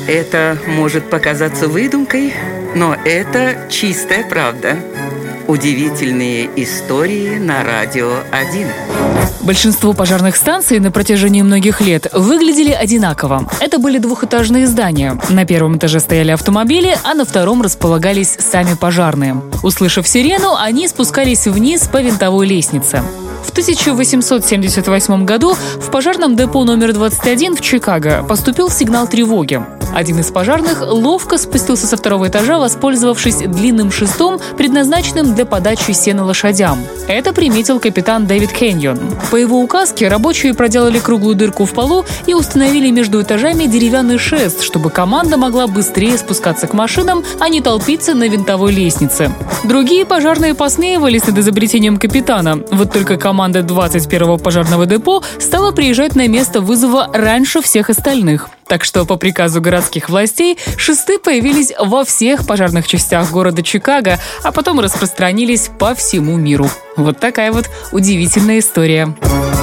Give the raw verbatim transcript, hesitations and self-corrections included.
Это может показаться выдумкой, но это чистая правда. Удивительные истории на Радио один. Большинство пожарных станций на протяжении многих лет выглядели одинаково. Это были двухэтажные здания. На первом этаже стояли автомобили, а на втором располагались сами пожарные. Услышав сирену, они спускались вниз по винтовой лестнице. В тысяча восемьсот семьдесят восьмом году в пожарном депо номер двадцать один в Чикаго поступил сигнал тревоги. Один из пожарных ловко спустился со второго этажа, воспользовавшись длинным шестом, предназначенным для подачи сена лошадям. Это приметил капитан Дэвид Кэньон. По его указке рабочие проделали круглую дырку в полу и установили между этажами деревянный шест, чтобы команда могла быстрее спускаться к машинам, а не толпиться на винтовой лестнице. Другие пожарные посмеивались над изобретением капитана. Вот только команда двадцать первого пожарного депо стала приезжать на место вызова раньше всех остальных. Так что по приказу городских властей шесты появились во всех пожарных частях города Чикаго, а потом распространились по всему миру. Вот такая вот удивительная история.